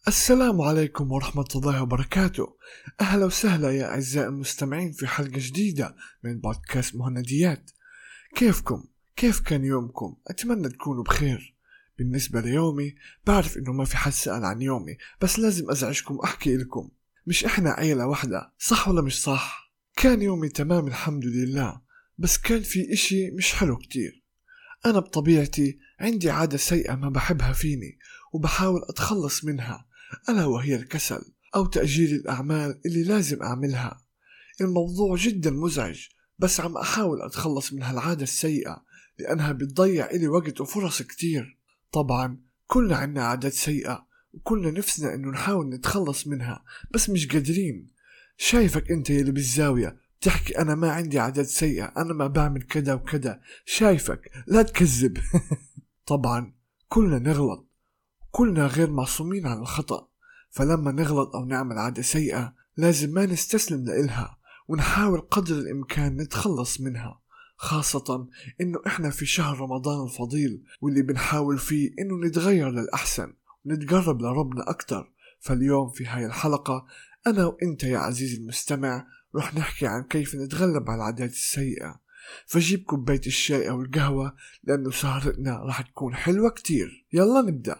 السلام عليكم ورحمة الله وبركاته. أهلا وسهلا يا أعزائي المستمعين في حلقة جديدة من بودكاست مهنديات. كيفكم؟ كيف كان يومكم؟ أتمنى تكونوا بخير. بالنسبة ليومي بعرف إنه ما في حد سأل عن يومي، بس لازم أزعجكم أحكي لكم. مش إحنا عيلة واحدة، صح ولا مش صح؟ كان يومي تمام الحمد لله، بس كان في إشي مش حلو كتير. أنا بطبيعتي عندي عادة سيئة ما بحبها فيني وبحاول أتخلص منها، ألا وهي الكسل أو تأجيل الأعمال اللي لازم أعملها. الموضوع جدا مزعج، بس عم أحاول أتخلص من هالعادة السيئة لأنها بتضيع إلي وقت وفرص كتير. طبعا كلنا عنا عادات سيئة وكلنا نفسنا إنه نحاول نتخلص منها، بس مش قادرين. شايفك أنت يلي بالزاوية بتحكي أنا ما عندي عادات سيئة، أنا ما بعمل كذا وكذا، شايفك لا تكذب. طبعا كلنا نغلط، كلنا غير معصومين عن الخطأ، فلما نغلط أو نعمل عادة سيئة لازم ما نستسلم لإلها ونحاول قدر الإمكان نتخلص منها، خاصة إنه إحنا في شهر رمضان الفضيل واللي بنحاول فيه إنه نتغير للأحسن ونتقرب لربنا أكتر. فاليوم في هاي الحلقة أنا وإنت يا عزيزي المستمع رح نحكي عن كيف نتغلب على العادات السيئة. فجيب كوباية الشاي أو القهوة لأنه سهرتنا رح تكون حلوة كتير. يلا نبدأ.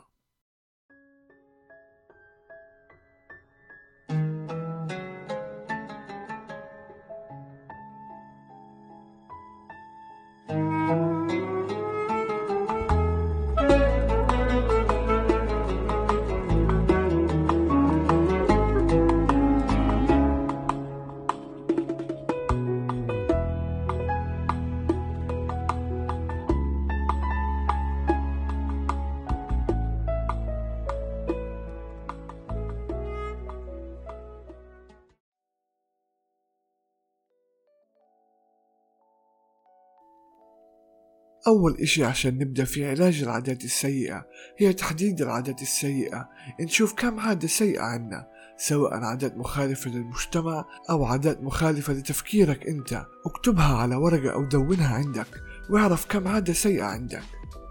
أول إشي عشان نبدأ في علاج العادات السيئة هي تحديد العادات السيئة. نشوف كم عادة سيئة عنا، سواء عادات مخالفة للمجتمع أو عادات مخالفة لتفكيرك أنت. اكتبها على ورقة أو دونها عندك واعرف كم عادة سيئة عندك.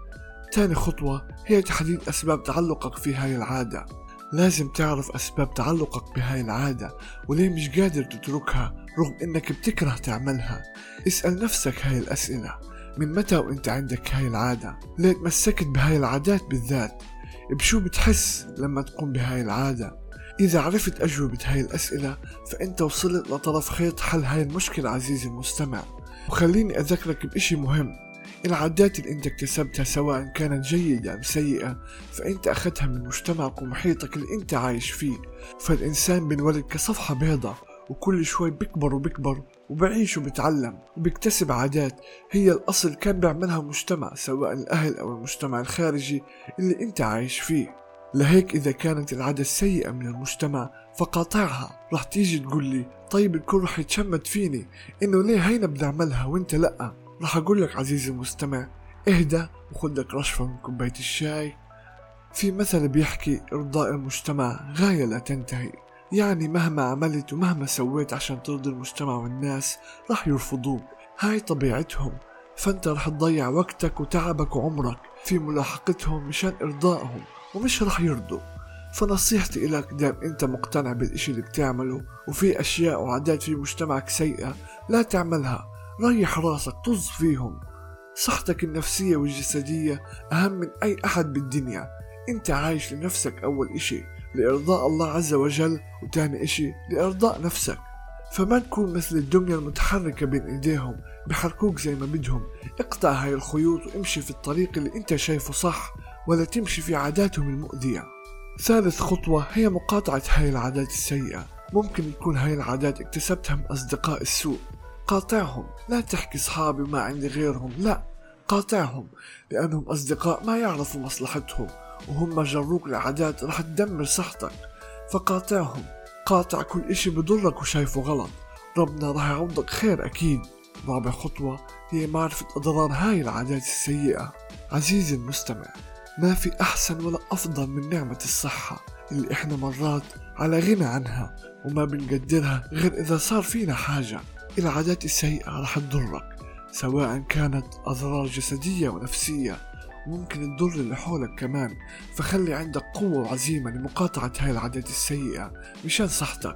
تاني خطوة هي تحديد أسباب تعلقك في هاي العادة. لازم تعرف أسباب تعلقك بهاي العادة وليه مش قادر تتركها رغم إنك بتكره تعملها. اسأل نفسك هاي الأسئلة: من متى وانت عندك هاي العادة؟ ليه تمسكت بهاي العادات بالذات؟ بشو بتحس لما تقوم بهاي العادة؟ إذا عرفت أجوبة هاي الأسئلة فأنت وصلت لطرف خيط حل هاي المشكلة عزيزي المستمع. وخليني أذكرك بإشي مهم: العادات اللي انت اكتسبتها سواء كانت جيدة أم سيئة فأنت أخذتها من مجتمعك ومحيطك اللي انت عايش فيه. فالإنسان بنولد كصفحة بيضة وكل شوي بيكبر وبعيش وبتعلم وبيكتسب عادات هي الأصل كان بيعملها المجتمع، سواء الأهل أو المجتمع الخارجي اللي انت عايش فيه. لهيك إذا كانت العادة السيئة من المجتمع فقاطعها. رح تيجي تقول لي طيب الكل رح يتشمت فيني إنه ليه هينا بنعملها وانت لأ. رح أقولك عزيزي المستمع اهدى وخدك رشفة من كوباية الشاي. في مثل بيحكي إرضاء المجتمع غاية لا تنتهي، يعني مهما عملت ومهما سويت عشان ترضي المجتمع والناس رح يرفضوك، هاي طبيعتهم. فانت رح تضيع وقتك وتعبك وعمرك في ملاحقتهم مشان إرضائهم ومش رح يرضوا. فنصيحتي إلك دام انت مقتنع بالإشي اللي بتعمله وفي أشياء وعادات في مجتمعك سيئة لا تعملها، ريح راسك طز فيهم. صحتك النفسية والجسدية أهم من أي أحد بالدنيا. انت عايش لنفسك أول إشي لإرضاء الله عز وجل، وتاني إشي لإرضاء نفسك. فما تكون مثل الدمية المتحركة بين إيديهم بحركوك زي ما بدهم. اقطع هاي الخيوط وامشي في الطريق اللي انت شايفه صح، ولا تمشي في عاداتهم المؤذية. ثالث خطوة هي مقاطعة هاي العادات السيئة. ممكن يكون هاي العادات اكتسبتها من أصدقاء السوء، قاطعهم. لا تحكي صحابي ما عندي غيرهم، لا، قاطعهم، لأنهم أصدقاء ما يعرفوا مصلحتهم وهم جروك لعادات رح تدمر صحتك. فقاطعهم. قاطع كل إشي بضرك وشايفه غلط، ربنا رح يعوضك خير أكيد. رابع خطوة هي معرفة أضرار هاي العادات السيئة. عزيزي المستمع، ما في أحسن ولا أفضل من نعمة الصحة اللي إحنا مرات على غنى عنها وما بنقدرها غير إذا صار فينا حاجة. العادات السيئة رح تضرك، سواء كانت أضرار جسدية ونفسية، وممكن تضر اللي حولك كمان. فخلي عندك قوة وعزيمة لمقاطعة هاي العادات السيئة مشان صحتك.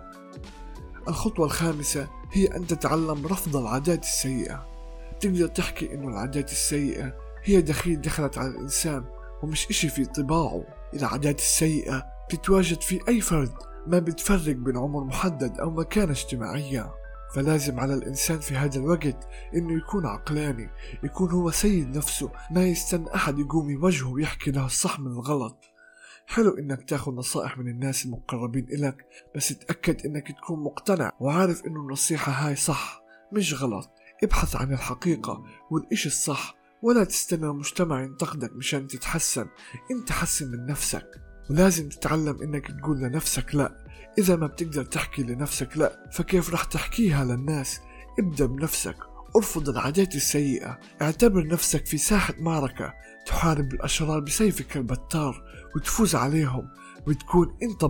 الخطوة الخامسة هي أن تتعلم رفض العادات السيئة. تقدر تحكي إنه العادات السيئة هي دخلت على الإنسان ومش إشي في طباعه. العادات السيئة بتتواجد في أي فرد، ما بتفرق بين عمر محدد أو مكانة اجتماعية. فلازم على الإنسان في هذا الوقت إنه يكون عقلاني، يكون هو سيد نفسه، ما يستنى أحد يقوم يواجهه ويحكي له الصح من الغلط. حلو إنك تاخد نصائح من الناس المقربين إلك، بس تأكد إنك تكون مقتنع وعارف إنه النصيحة هاي صح مش غلط. ابحث عن الحقيقة والإشي الصح، ولا تستنى المجتمع ينتقدك مشان تتحسن. انت حسن من نفسك، ولازم تتعلم إنك تقول لنفسك لا. إذا ما بتقدر تحكي لنفسك لا، فكيف رح تحكيها للناس؟ ابدأ بنفسك، ارفض العادات السيئة. اعتبر نفسك في ساحة معركة تحارب الأشرار بسيفك البتار وتفوز عليهم، وتكون انت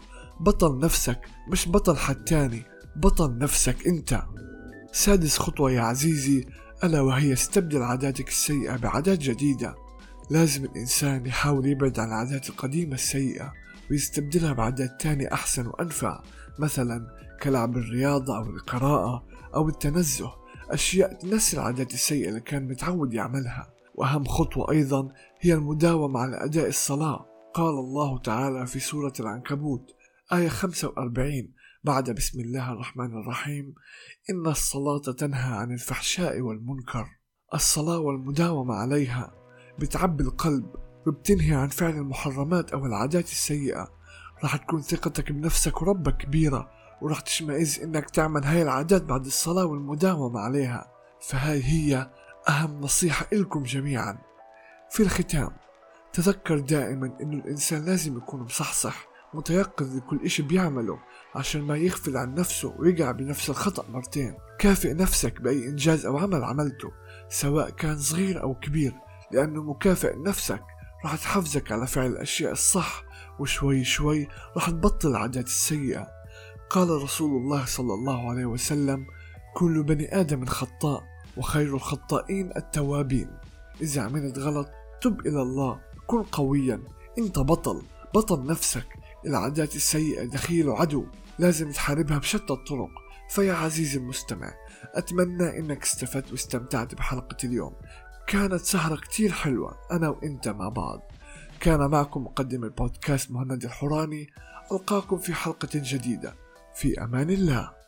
بطل نفسك، مش بطل حد تاني، بطل نفسك انت. سادس خطوة يا عزيزي، ألا وهي استبدل عاداتك السيئة بعادات جديدة. لازم الإنسان يحاول يبعد عن العادات القديمة السيئة ويستبدلها بعادات تانية أحسن وأنفع، مثلا كلعب الرياضة أو القراءة أو التنزه، أشياء تنسي العادات السيئة اللي كان متعود يعملها. وأهم خطوة أيضا هي المداومة على أداء الصلاة. قال الله تعالى في سورة العنكبوت آية 45 بعد بسم الله الرحمن الرحيم: إن الصلاة تنهى عن الفحشاء والمنكر. الصلاة والمداومة عليها بتعبي القلب وبتنهي عن فعل المحرمات أو العادات السيئة. راح تكون ثقتك بنفسك وربك كبيرة، وراح تشمئز إنك تعمل هاي العادات بعد الصلاة والمداومة عليها. فهاي هي أهم نصيحة إلكم جميعا. في الختام، تذكر دائما إنه الإنسان لازم يكون مصحصح متيقظ لكل إشي بيعمله عشان ما يغفل عن نفسه ويقع بنفس الخطأ مرتين. كافئ نفسك بأي إنجاز أو عمل عملته سواء كان صغير أو كبير، لأنه مكافئ نفسك راح تحفزك على فعل الأشياء الصح، وشوي شوي راح تبطل العادات السيئة. قال رسول الله صلى الله عليه وسلم: كل بني آدم خطاء وخير الخطائين التوابين. إذا عملت غلط تب إلى الله، كن قويا، انت بطل نفسك. العادات السيئة دخيل وعدو، لازم تحاربها بشتى الطرق. فيا عزيزي المستمع، أتمنى إنك استفدت واستمتعت بحلقة اليوم. كانت سهرة كتير حلوة أنا وإنت مع بعض. كان معكم مقدم البودكاست مهند الحوراني. ألقاكم في حلقة جديدة، في أمان الله.